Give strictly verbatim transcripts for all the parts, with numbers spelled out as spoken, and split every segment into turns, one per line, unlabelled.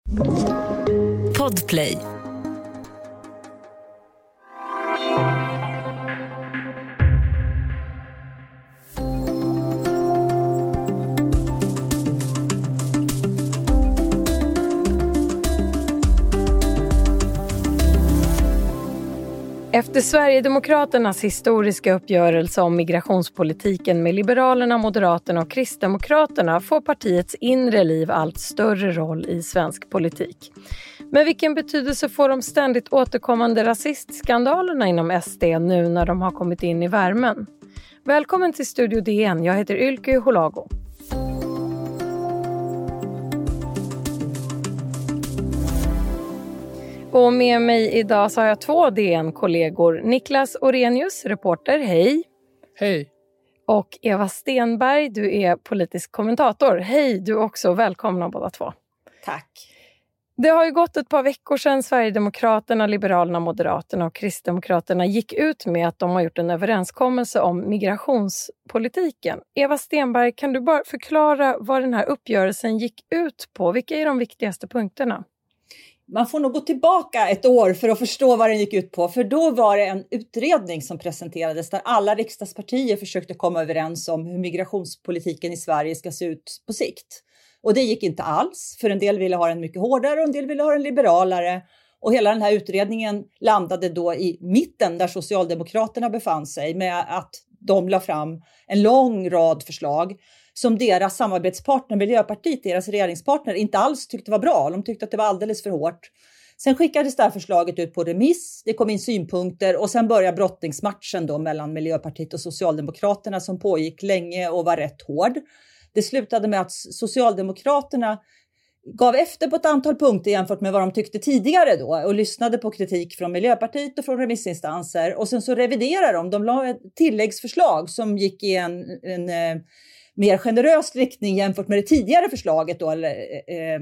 Podplay.
Efter Sverigedemokraternas historiska uppgörelse om migrationspolitiken med Liberalerna, Moderaterna och Kristdemokraterna får partiets inre liv allt större roll i svensk politik. Men vilken betydelse får de ständigt återkommande rasistskandalerna inom S D nu när de har kommit in i värmen? Välkommen till Studio D N, jag heter Ylke Holago. Och med mig idag så har jag två D N-kollegor. Niklas Orenius, reporter, hej.
Hej.
Och Eva Stenberg, du är politisk kommentator. Hej, du också. Välkomna båda två.
Tack.
Det har ju gått ett par veckor sedan Sverigedemokraterna, Liberalerna, Moderaterna och Kristdemokraterna gick ut med att de har gjort en överenskommelse om migrationspolitiken. Eva Stenberg, kan du bara förklara vad den här uppgörelsen gick ut på? Vilka är de viktigaste punkterna?
Man får nog gå tillbaka ett år för att förstå vad den gick ut på. För då var det en utredning som presenterades där alla riksdagspartier försökte komma överens om hur migrationspolitiken i Sverige ska se ut på sikt. Och det gick inte alls, för en del ville ha den mycket hårdare och en del ville ha den liberalare. Och hela den här utredningen landade då i mitten där Socialdemokraterna befann sig med att de la fram en lång rad förslag som deras samarbetspartner, Miljöpartiet, deras regeringspartner, inte alls tyckte var bra. De tyckte att det var alldeles för hårt. Sen skickades det här förslaget ut på remiss, det kom in synpunkter och sen började brottningsmatchen då mellan Miljöpartiet och Socialdemokraterna som pågick länge och var rätt hård. Det slutade med att Socialdemokraterna gav efter på ett antal punkter jämfört med vad de tyckte tidigare då och lyssnade på kritik från Miljöpartiet och från remissinstanser och sen så reviderade de. De la ett tilläggsförslag som gick i en, en, en mer generös riktning jämfört med det tidigare förslaget då. Eller, eh,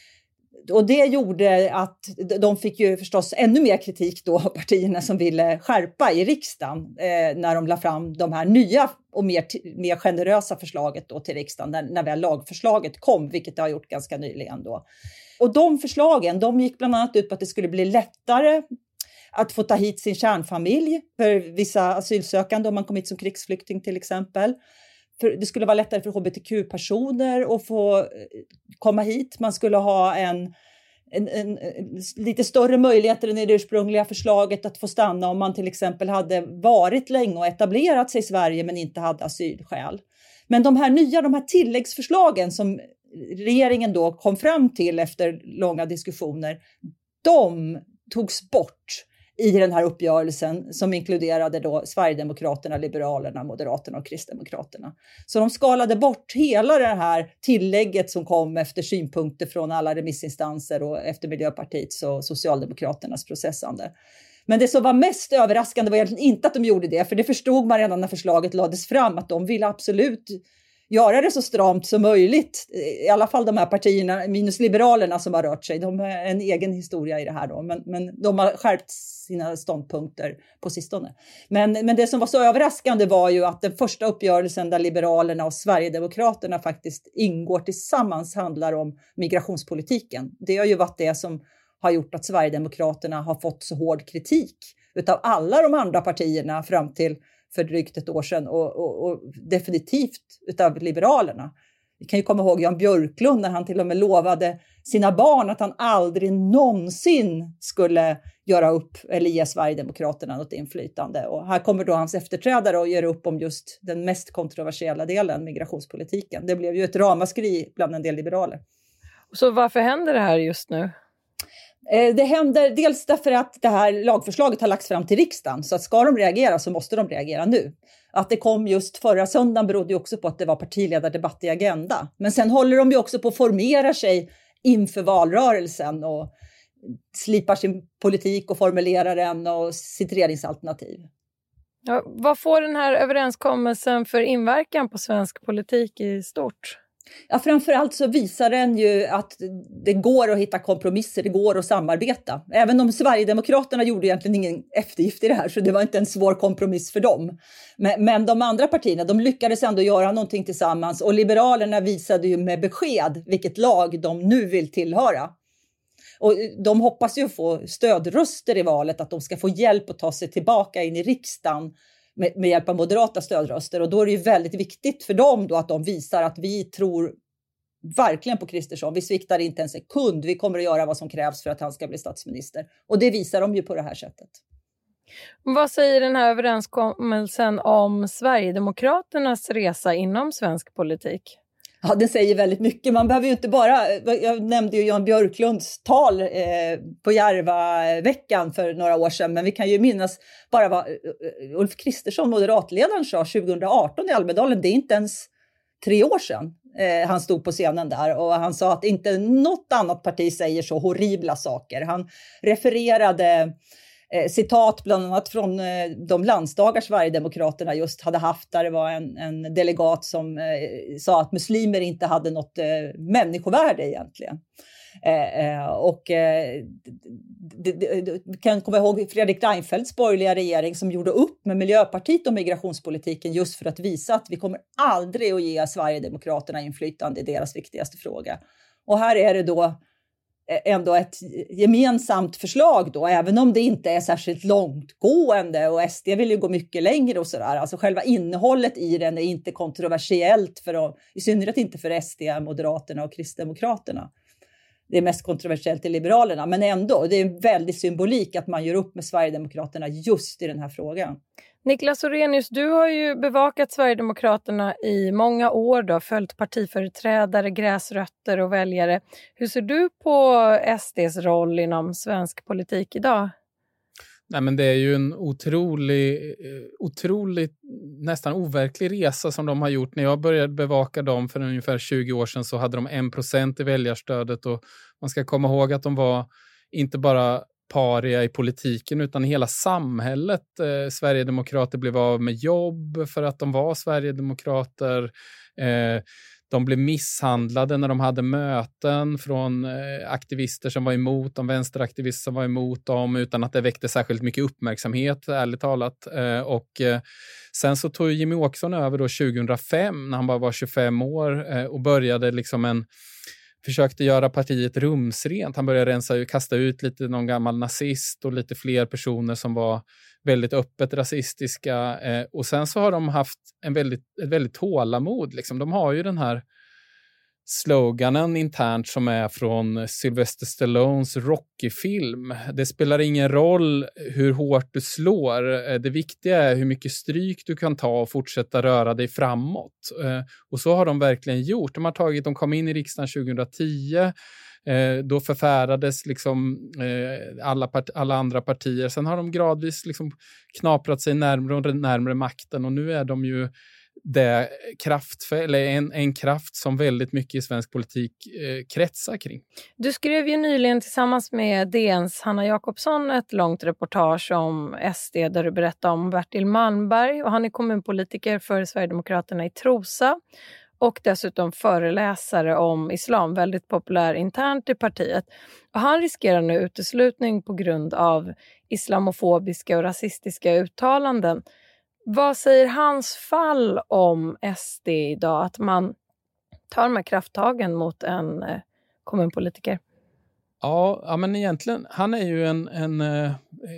och det gjorde att de fick ju förstås ännu mer kritik då av partierna som ville skärpa i riksdagen eh, när de la fram de här nya och mer, mer generösa förslaget då till riksdagen när, när väl lagförslaget kom, vilket det har gjort ganska nyligen då. Och de förslagen, de gick bland annat ut på att det skulle bli lättare att få ta hit sin kärnfamilj för vissa asylsökande om man kom hit som krigsflykting till exempel. För det skulle vara lättare för H B T Q-personer att få komma hit. Man skulle ha en, en, en, en lite större möjligheter än i det ursprungliga förslaget att få stanna om man till exempel hade varit länge och etablerat sig i Sverige men inte hade asylskäl. Men de här nya, de här tilläggsförslagen som regeringen då kom fram till efter långa diskussioner, de togs bort i den här uppgörelsen som inkluderade då Sverigedemokraterna, Liberalerna, Moderaterna och Kristdemokraterna. Så de skalade bort hela det här tillägget som kom efter synpunkter från alla remissinstanser och efter Miljöpartiets och Socialdemokraternas processande. Men det som var mest överraskande var egentligen inte att de gjorde det, för det förstod man redan när förslaget lades fram att de ville absolut göra det så stramt som möjligt. I alla fall de här partierna, minus Liberalerna som har rört sig. De har en egen historia i det här då. Men, men de har skärpt sina ståndpunkter på sistone. Men, men det som var så överraskande var ju att den första uppgörelsen där Liberalerna och Sverigedemokraterna faktiskt ingår tillsammans handlar om migrationspolitiken. Det har ju varit det som har gjort att Sverigedemokraterna har fått så hård kritik utav alla de andra partierna fram till för drygt ett år sedan och, och, och definitivt utav Liberalerna. Vi kan ju komma ihåg Jan Björklund när han till och med lovade sina barn att han aldrig någonsin skulle göra upp eller ge Sverigedemokraterna något inflytande. Och här kommer då hans efterträdare och göra upp om just den mest kontroversiella delen, migrationspolitiken. Det blev ju ett ramaskri bland en del liberaler.
Så varför händer det här just nu?
Det händer dels därför att det här lagförslaget har lagts fram till riksdagen. Så att ska de reagera så måste de reagera nu. Att det kom just förra söndagen berodde ju också på att det var partiledardebatt i Agenda. Men sen håller de ju också på att formera sig inför valrörelsen och slipar sin politik och formulerar den och sitt regeringsalternativ.
Ja, vad får den här överenskommelsen för inverkan på svensk politik i stort?
Ja, framförallt så visar den ju att det går att hitta kompromisser, det går att samarbeta. Även om Sverigedemokraterna gjorde egentligen ingen eftergift i det här, så det var inte en svår kompromiss för dem. Men, men de andra partierna, de lyckades ändå göra någonting tillsammans, och Liberalerna visade ju med besked vilket lag de nu vill tillhöra. Och de hoppas ju få stödröster i valet, att de ska få hjälp att ta sig tillbaka in i riksdagen med, med hjälp av moderata stödröster. Och då är det ju väldigt viktigt för dem då att de visar att vi tror verkligen på Kristersson. Vi sviktar inte en sekund. Vi kommer att göra vad som krävs för att han ska bli statsminister. Och det visar de ju på det här sättet.
Vad säger den här överenskommelsen om Sverigedemokraternas resa inom svensk politik?
Ja, det säger väldigt mycket. Man behöver ju inte bara, jag nämnde ju Jan Björklunds tal eh, på Järvaveckan för några år sedan, men vi kan ju minnas bara vad Ulf Kristersson, moderatledaren, sa tjugohundraarton i Almedalen. Det är inte ens tre år sedan eh, han stod på scenen där, och han sa att inte något annat parti säger så horribla saker. Han refererade Eh, citat bland annat från eh, de landsdagar Sverigedemokraterna just hade haft, där det var en, en delegat som eh, sa att muslimer inte hade något eh, människovärde egentligen. Eh, eh, och eh, d- d- d- kan komma ihåg Fredrik Reinfeldts borgerliga regering som gjorde upp med Miljöpartiet om migrationspolitiken just för att visa att vi kommer aldrig att ge Sverigedemokraterna inflytande i deras viktigaste fråga. Och här är det då ändå ett gemensamt förslag då, även om det inte är särskilt långtgående, och S D vill ju gå mycket längre och sådär. Alltså själva innehållet i den är inte kontroversiellt, för, i synnerhet inte för S D, Moderaterna och Kristdemokraterna. Det är mest kontroversiellt i Liberalerna, men ändå, det är en väldig symbolik att man gör upp med Sverigedemokraterna just i den här frågan.
Niklas Orrenius, du har ju bevakat Sverigedemokraterna i många år då, följt partiföreträdare, gräsrötter och väljare. Hur ser du på S D:s roll inom svensk politik idag?
Nej, men det är ju en otrolig, otrolig, nästan overklig resa som de har gjort. När jag började bevaka dem för ungefär tjugo år sedan så hade de en procent i väljarstödet, och man ska komma ihåg att de var inte bara paria i politiken utan i hela samhället. Eh, Sverigedemokrater blev av med jobb för att de var Sverigedemokrater. Eh, de blev misshandlade när de hade möten från eh, aktivister som var emot dem, vänsteraktivister som var emot dem, utan att det väckte särskilt mycket uppmärksamhet, ärligt talat. Eh, och eh, sen så tog Jimmie Åkesson över då tjugohundrafem när han bara var tjugofem år eh, och började liksom en försökte göra partiet rumsrent. Han började rensa, kasta ut lite någon gammal nazist och lite fler personer som var väldigt öppet rasistiska. Eh, och sen så har de haft en väldigt, ett väldigt tålamod. Liksom. De har ju den här sloganen internt som är från Sylvester Stallones Rocky-film. Det spelar ingen roll hur hårt du slår. Det viktiga är hur mycket stryk du kan ta och fortsätta röra dig framåt. Och så har de verkligen gjort. De har tagit, de kom in i riksdagen tjugohundratio. Då förfärades liksom alla, part- alla andra partier. Sen har de gradvis liksom knaprat sig närmare och närmare makten, och nu är de ju det kraft, eller en, en kraft som väldigt mycket i svensk politik eh, kretsar kring.
Du skrev ju nyligen tillsammans med D N:s Hanna Jakobsson ett långt reportage om S D där du berättar om Bertil Malmberg, och han är kommunpolitiker för Sverigedemokraterna i Trosa och dessutom föreläsare om islam, väldigt populär internt i partiet. Och han riskerar nu uteslutning på grund av islamofobiska och rasistiska uttalanden. Vad säger hans fall om S D idag, att man tar de här krafttagen mot en eh, kommunpolitiker?
Ja, ja, men egentligen, han är ju en, en eh,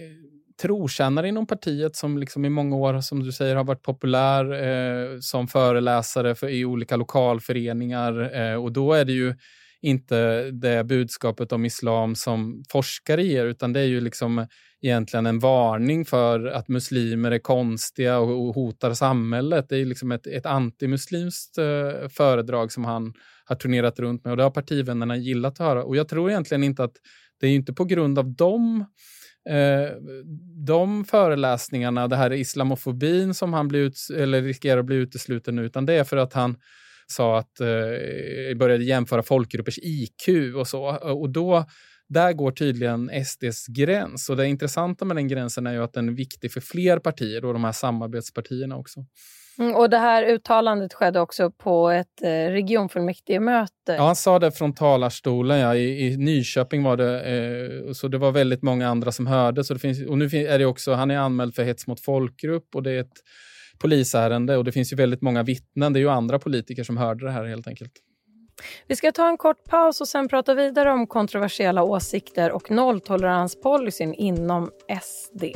trotjänare inom partiet som liksom i många år, som du säger, har varit populär eh, som föreläsare för, i olika lokalföreningar. Eh, och då är det ju inte det budskapet om islam som forskare ger, utan det är ju liksom egentligen en varning för att muslimer är konstiga och, och hotar samhället. Det är liksom ett, ett antimuslimskt eh, föredrag som han har turnerat runt med, och det har partivännerna gillat att höra. Och jag tror egentligen inte att det är inte på grund av dem eh, de föreläsningarna, det här islamofobin som han blir ut, eller riskerar att bli utesluten nu, utan det är för att han sa att eh, började jämföra folkgruppers I Q och så. Och då, där går tydligen S D:s gräns. Och det intressanta med den gränsen är ju att den är viktig för fler partier och de här samarbetspartierna också.
Mm, och det här uttalandet skedde också på ett eh, regionfullmäktigemöte.
Ja, han sa det från talarstolen. Ja. I, I Nyköping var det, eh, så det var väldigt många andra som hörde. Så det finns, och nu är det också, han är anmäld för hets mot folkgrupp, och det är ett polisärende, och det finns ju väldigt många vittnen. Det är ju andra politiker som hörde det här helt enkelt.
Vi ska ta en kort paus och sen prata vidare om kontroversiella åsikter och nolltoleranspolicyn inom S D.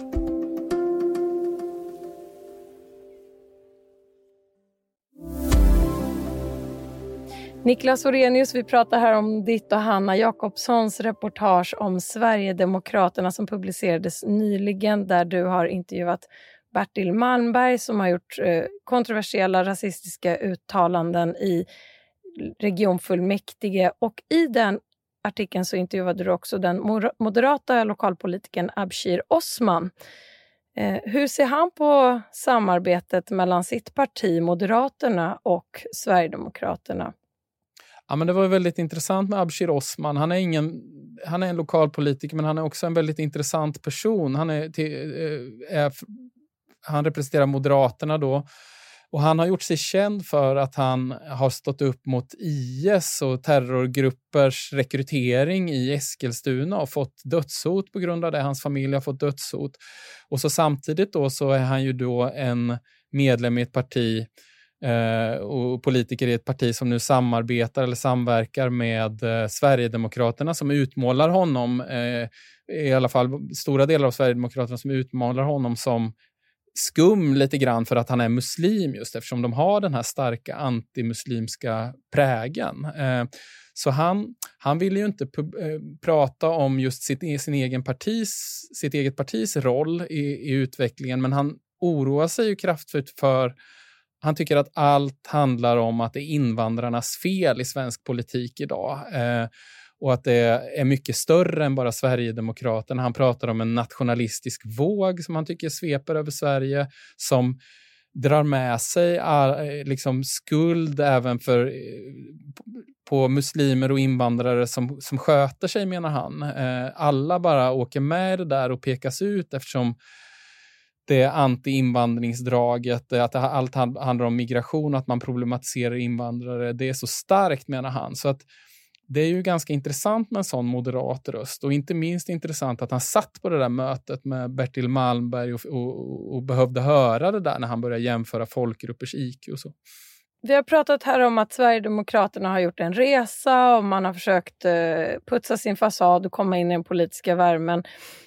Niklas Orenius, vi pratar här om ditt och Hanna Jakobssons reportage om Sverigedemokraterna som publicerades nyligen, där du har intervjuat Bertil Malmberg som har gjort eh, kontroversiella rasistiska uttalanden i regionfullmäktige, och i den artikeln så intervjuade du också den moderata lokalpolitikern Abshir Osman. Eh, hur ser han på samarbetet mellan sitt parti Moderaterna och Sverigedemokraterna?
Ja, men det var väldigt intressant med Abshir Osman. Han är, ingen, han är en lokalpolitiker, men han är också en väldigt intressant person. Han, är, är, han representerar Moderaterna då. Och han har gjort sig känd för att han har stått upp mot I S och terrorgruppers rekrytering i Eskilstuna och fått dödshot på grund av det. Hans familj har fått dödshot. Och så samtidigt då så är han ju då en medlem i ett parti eh, och politiker i ett parti som nu samarbetar eller samverkar med eh, Sverigedemokraterna som utmålar honom, eh, i alla fall stora delar av Sverigedemokraterna som utmålar honom som skum lite grann för att han är muslim, just eftersom de har den här starka antimuslimska prägen. Eh, så han, han vill ju inte pub- eh, prata om just sitt, sin egen partis, sitt eget partis roll i, i utvecklingen, men han oroar sig ju kraftfullt för, han tycker att allt handlar om att det är invandrarnas fel i svensk politik idag. Eh, Och att det är mycket större än bara Sverigedemokraterna. Han pratar om en nationalistisk våg som han tycker sveper över Sverige. Som drar med sig all, liksom skuld även för, på muslimer och invandrare som, som sköter sig, menar han. Alla bara åker med det där och pekas ut eftersom det anti-invandringsdraget, att allt handlar om migration, att man problematiserar invandrare. Det är så starkt, menar han. Så att det är ju ganska intressant med en sån moderat röst, och inte minst intressant att han satt på det där mötet med Bertil Malmberg och, och, och behövde höra det där när han började jämföra folkgruppers I Q och så.
Vi har pratat här om att Sverigedemokraterna har gjort en resa och man har försökt putsa sin fasad och komma in i den politiska värmen.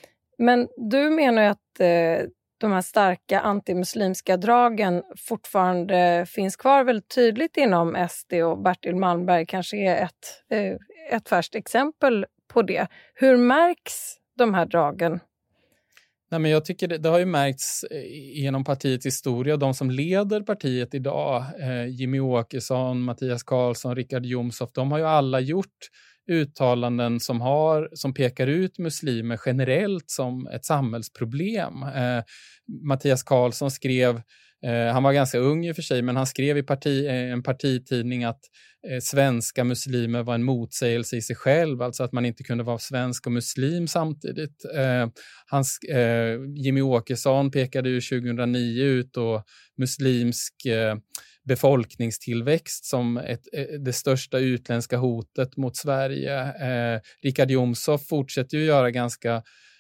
Men du menar ju att de här starka antimuslimska dragen fortfarande finns kvar väldigt tydligt inom S D, och Bertil Malmberg kanske är ett, ett färskt exempel på det. Hur märks de här dragen?
Nej, men jag tycker det, det har ju märkts genom partiets historia. De som leder partiet idag, eh, Jimmy Åkesson, Mattias Karlsson, Richard Jomshof, de har ju alla gjort uttalanden som, har, som pekar ut muslimer generellt som ett samhällsproblem. Eh, Mattias Karlsson skrev, eh, han var ganska ung i och för sig, men han skrev i parti, eh, en partitidning att eh, svenska muslimer var en motsägelse i sig själv, alltså att man inte kunde vara svensk och muslim samtidigt. Eh, hans, eh, Jimmy Åkesson pekade ju tjugohundranio ut då muslimsk eh, befolkningstillväxt som ett, det största utländska hotet mot Sverige. Eh, Richard Jomshof fortsätter ju göra ganska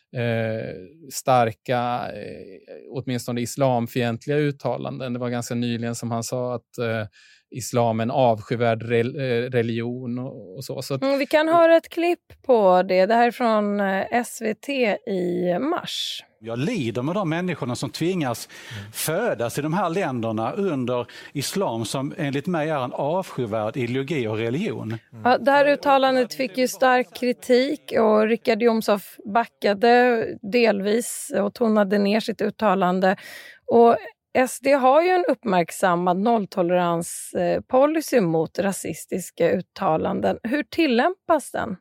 eh, starka, eh, åtminstone islamfientliga uttalanden. Det var ganska nyligen som han sa att eh, islam är en avskyvärd re- religion och, och så. så att,
mm, vi kan höra ett klipp på det. Det här är från S V T i mars.
Jag lider med de människorna som tvingas mm. födas i de här länderna under islam som enligt mig är en avskyvärd ideologi och religion. Mm.
Ja, det här uttalandet fick ju stark kritik och Richard Jomshof backade delvis och tonade ner sitt uttalande. Och S D har ju en uppmärksammad nolltoleranspolicy mot rasistiska uttalanden. Hur tillämpas den?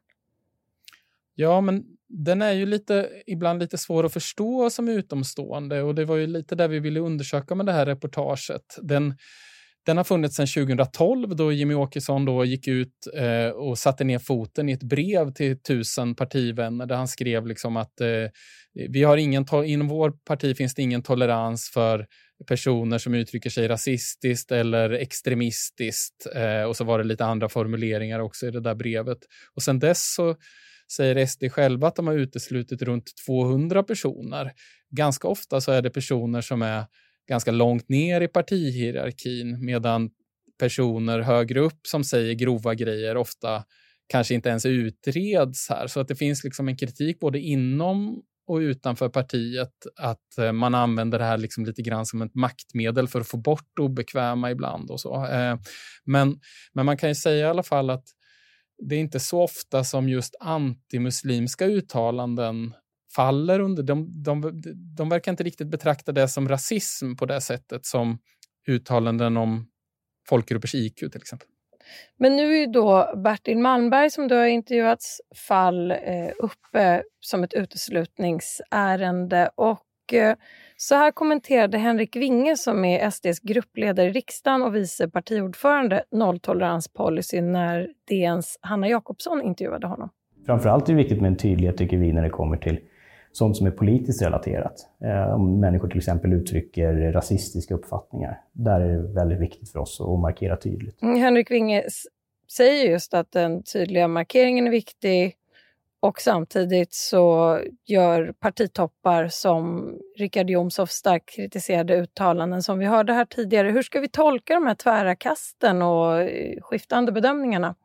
Ja, men den är ju lite, ibland lite svår att förstå som utomstående, och det var ju lite där vi ville undersöka med det här reportaget. Den, den har funnits sedan tjugohundratolv då Jimmy Åkesson då gick ut eh, och satte ner foten i ett brev till tusen partivänner där han skrev liksom att eh, vi har ingen to- inom vår parti finns det ingen tolerans för personer som uttrycker sig rasistiskt eller extremistiskt, eh, och så var det lite andra formuleringar också i det där brevet. Och sen dess så säger S D själva att de har uteslutit runt tvåhundra personer. Ganska ofta så är det personer som är ganska långt ner i partihierarkin, medan personer högre upp som säger grova grejer ofta kanske inte ens utreds här. Så att det finns liksom en kritik både inom och utanför partiet att eh, man använder det här liksom lite grann som ett maktmedel för att få bort obekväma ibland och så. Eh, men, men man kan ju säga i alla fall att det är inte så ofta som just antimuslimska uttalanden faller under. De, de, de verkar inte riktigt betrakta det som rasism på det sättet som uttalanden om folkgruppers I Q till exempel.
Men nu är ju då Bertil Malmberg som du har intervjuats fall eh, uppe som ett uteslutningsärende och eh, så här kommenterade Henrik Winge som är S D:s gruppledare i riksdagen och vice partiordförande nolltoleranspolicy när D N:s Hanna Jakobsson intervjuade honom.
Framförallt är det viktigt med en tydlighet tycker vi när det kommer till sånt som är politiskt relaterat. Eh, om människor till exempel uttrycker rasistiska uppfattningar. Där är det väldigt viktigt för oss att markera tydligt.
Mm, Henrik Winge säger just att den tydliga markeringen är viktig och samtidigt så gör partitoppar som Richard Jomshof starkt kritiserade uttalanden som vi hörde här tidigare. Hur ska vi tolka de här tvära kasten och skiftande bedömningarna?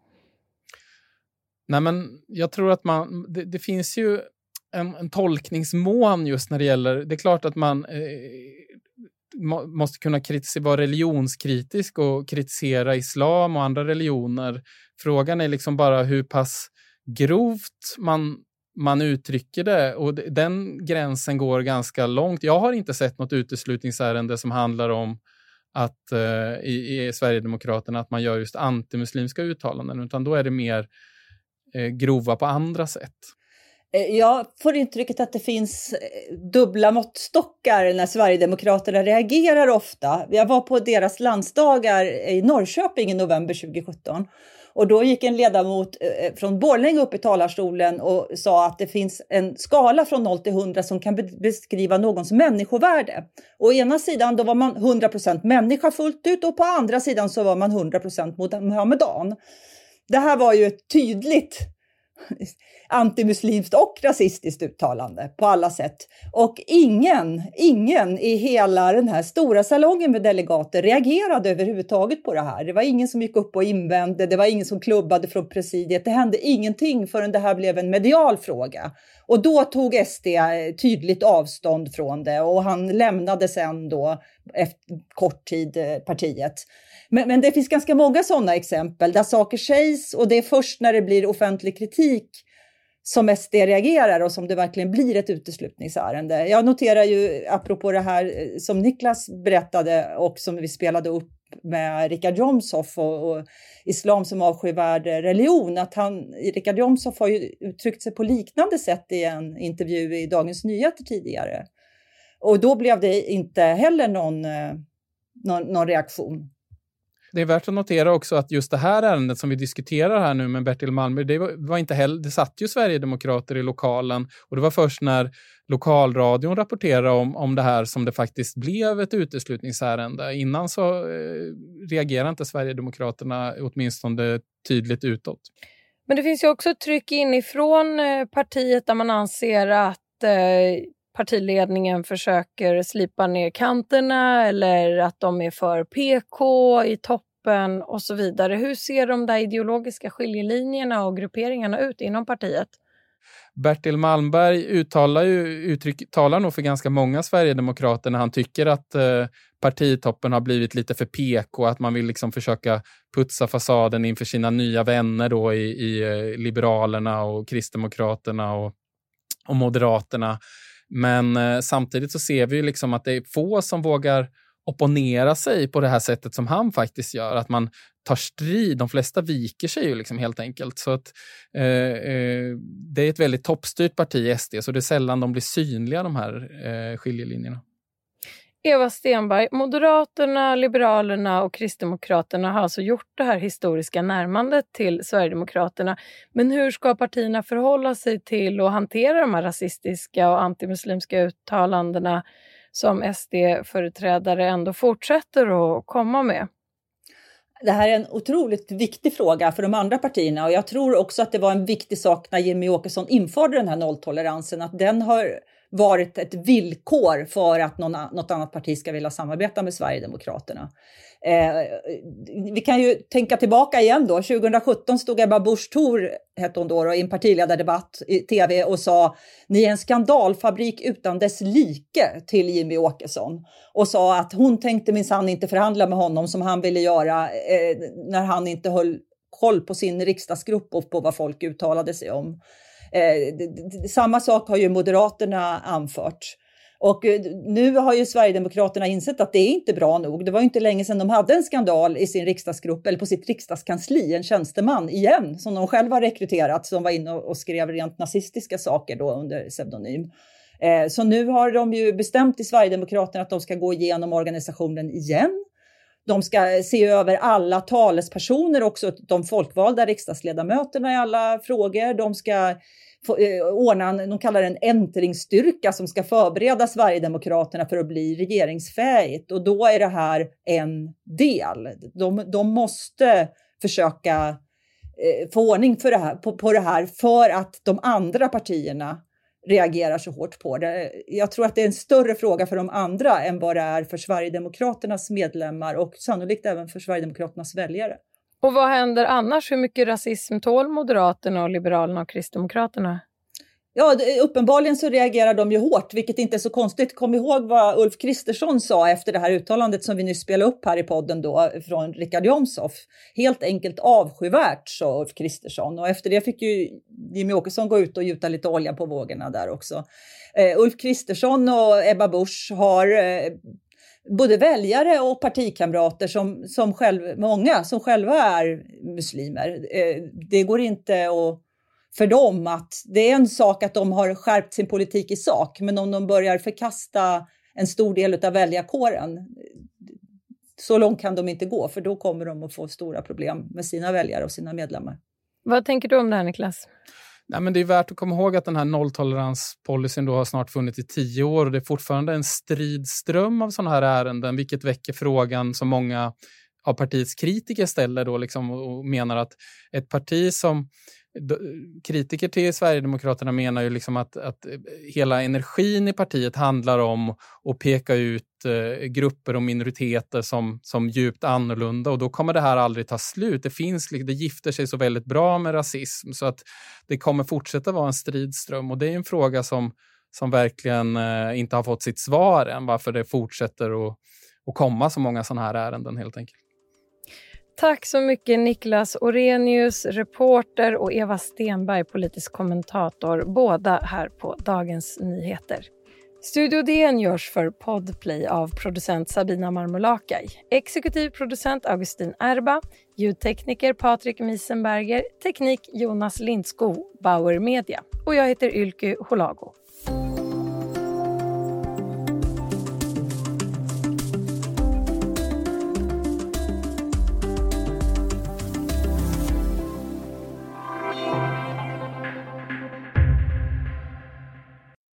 Nej, men jag tror att man, det, det finns ju en, en tolkningsmån just när det gäller, det är klart att man eh, må, måste kunna kritisera, vara religionskritisk och kritisera islam och andra religioner. Frågan är liksom bara hur pass grovt man, man uttrycker det och den gränsen går ganska långt. Jag har inte sett något uteslutningsärende som handlar om att eh, i, i Sverigedemokraterna att man gör just antimuslimska uttalanden, utan då är det mer eh, grova på andra sätt.
Jag får intrycket att det finns dubbla måttstockar när Sverigedemokraterna reagerar ofta. Jag var på deras landsdagar i Norrköping i november tjugohundrasjutton. Och då gick en ledamot från Borlänge upp i talarstolen och sa att det finns en skala från noll till hundra som kan beskriva någons människovärde. Och å ena sidan då var man hundra procent människa fullt ut och på andra sidan så var man hundra procent muhammedan. Det här var ju ett tydligt antimuslimskt och rasistiskt uttalande på alla sätt. Och ingen, ingen i hela den här stora salongen med delegater reagerade överhuvudtaget på det här. Det var ingen som gick upp och invände, det var ingen som klubbade från presidiet. Det hände ingenting förrän det här blev en medial fråga. Och då tog S D tydligt avstånd från det och han lämnade sen då efter kort tid partiet. Men, men det finns ganska många sådana exempel där saker sägs och det är först när det blir offentlig kritik som S D reagerar och som det verkligen blir ett uteslutningsärende. Jag noterar ju apropå det här som Niklas berättade och som vi spelade upp med Richard Jomshof och, och islam som avskyvärd religion, att han, Richard Jomshof har ju uttryckt sig på liknande sätt i en intervju i Dagens Nyheter tidigare. Och då blev det inte heller någon, någon, någon reaktion.
Det är värt att notera också att just det här ärendet som vi diskuterar här nu med Bertil Malmberg, det var, var inte heller, det satt ju Sverigedemokrater i lokalen och det var först när lokalradion rapporterade om, om det här som det faktiskt blev ett uteslutningsärende. Innan så eh, reagerade inte Sverigedemokraterna åtminstone tydligt utåt.
Men det finns ju också ett tryck inifrån partiet där man anser att eh, partiledningen försöker slipa ner kanterna eller att de är för P K i toppen och så vidare. Hur ser de där ideologiska skiljelinjerna och grupperingarna ut inom partiet?
Bertil Malmberg uttalar ju, uttryck, talar nog för ganska många Sverigedemokrater när han tycker att eh, partitoppen har blivit lite för P K, att man vill liksom försöka putsa fasaden inför sina nya vänner då i, i eh, Liberalerna och Kristdemokraterna och, och Moderaterna. Men eh, samtidigt så ser vi ju liksom att det är få som vågar opponera sig på det här sättet som han faktiskt gör. Att man tar strid, de flesta viker sig ju liksom helt enkelt. Så att eh, eh, det är ett väldigt toppstyrt parti S D, så det är sällan de blir synliga de här eh, skiljelinjerna.
Eva Stenberg, Moderaterna, Liberalerna och Kristdemokraterna har alltså gjort det här historiska närmandet till Sverigedemokraterna. Men hur ska partierna förhålla sig till och hantera de här rasistiska och antimuslimska uttalandena som S D-företrädare ändå fortsätter att komma med?
Det här är en otroligt viktig fråga för de andra partierna och jag tror också att det var en viktig sak när Jimmie Åkesson införde den här nolltoleransen, att den har varit ett villkor för att någon, något annat parti ska vilja samarbeta med Sverigedemokraterna. Eh, vi kan ju tänka tillbaka igen då. tjugo sjutton stod Ebba Busch Thor, hette hon då, i en partiledardebatt i tv och sa ni är en skandalfabrik utan dess like till Jimmie Åkesson. Och sa att hon tänkte minsann inte förhandla med honom som han ville göra eh, när han inte höll koll på sin riksdagsgrupp och på vad folk uttalade sig om. Eh, det, det, samma sak har ju Moderaterna anfört. Och nu har ju Sverigedemokraterna insett att det är inte bra nog. Det var ju inte länge sedan de hade en skandal i sin riksdagsgrupp eller på sitt riksdagskansli, en tjänsteman igen som de själva rekryterat som var inne och skrev rent nazistiska saker då under pseudonym. Eh, så nu har de ju bestämt i Sverigedemokraterna att de ska gå igenom organisationen igen. De ska se över alla talespersoner, också de folkvalda riksdagsledamöterna i alla frågor. De ska få, eh, ordna, de kallar det en äntringsstyrka som ska förbereda Sverigedemokraterna för att bli regeringsfähigt. Och då är det här en del. De, de måste försöka eh, få ordning för det här, på, på det här för att de andra partierna reagerar så hårt på det. Jag tror att det är en större fråga för de andra än vad det är för Sverigedemokraternas medlemmar och sannolikt även för Sverigedemokraternas väljare.
Och vad händer annars? Hur mycket rasism tål Moderaterna och Liberalerna och Kristdemokraterna?
Ja, uppenbarligen så reagerar de ju hårt, vilket inte är så konstigt. Kom ihåg vad Ulf Kristersson sa efter det här uttalandet som vi nu spelar upp här i podden då från Richard Jomshof. Helt enkelt avskyvärt, sa Ulf Kristersson. Och efter det fick ju Jimmie Åkesson gå ut och gjuta lite olja på vågorna där också. Uh, Ulf Kristersson och Ebba Busch har uh, både väljare och partikamrater som, som själv, många som själva är muslimer. Uh, det går inte att för dem att det är en sak att de har skärpt sin politik i sak, men om de börjar förkasta en stor del av väljarkåren, så långt kan de inte gå, för då kommer de att få stora problem med sina väljare och sina medlemmar.
Vad tänker du om det här, Niklas?
Nej, men det är värt att komma ihåg att den här nolltoleranspolicyn då har snart funnits i tio år och det är fortfarande en stridström av sådana här ärenden, vilket väcker frågan som många av partiets kritiker ställer då liksom, och menar att ett parti som kritiker till Sverigedemokraterna menar ju liksom att, att hela energin i partiet handlar om att peka ut eh, grupper och minoriteter som, som djupt annorlunda, och då kommer det här aldrig ta slut. Det finns, det gifter sig så väldigt bra med rasism så att det kommer fortsätta vara en stridström, och det är en fråga som, som verkligen eh, inte har fått sitt svar än, varför det fortsätter att, att komma så många sådana här ärenden helt enkelt.
Tack så mycket Niklas Orenius, reporter, och Eva Stenberg, politisk kommentator, båda här på Dagens Nyheter. Studio D N görs för Podplay av producent Sabina Marmolakaj, exekutiv producent Augustin Erba, ljudtekniker Patrik Miesenberger, teknik Jonas Lindskog, Bauer Media, och jag heter Ylke Holago.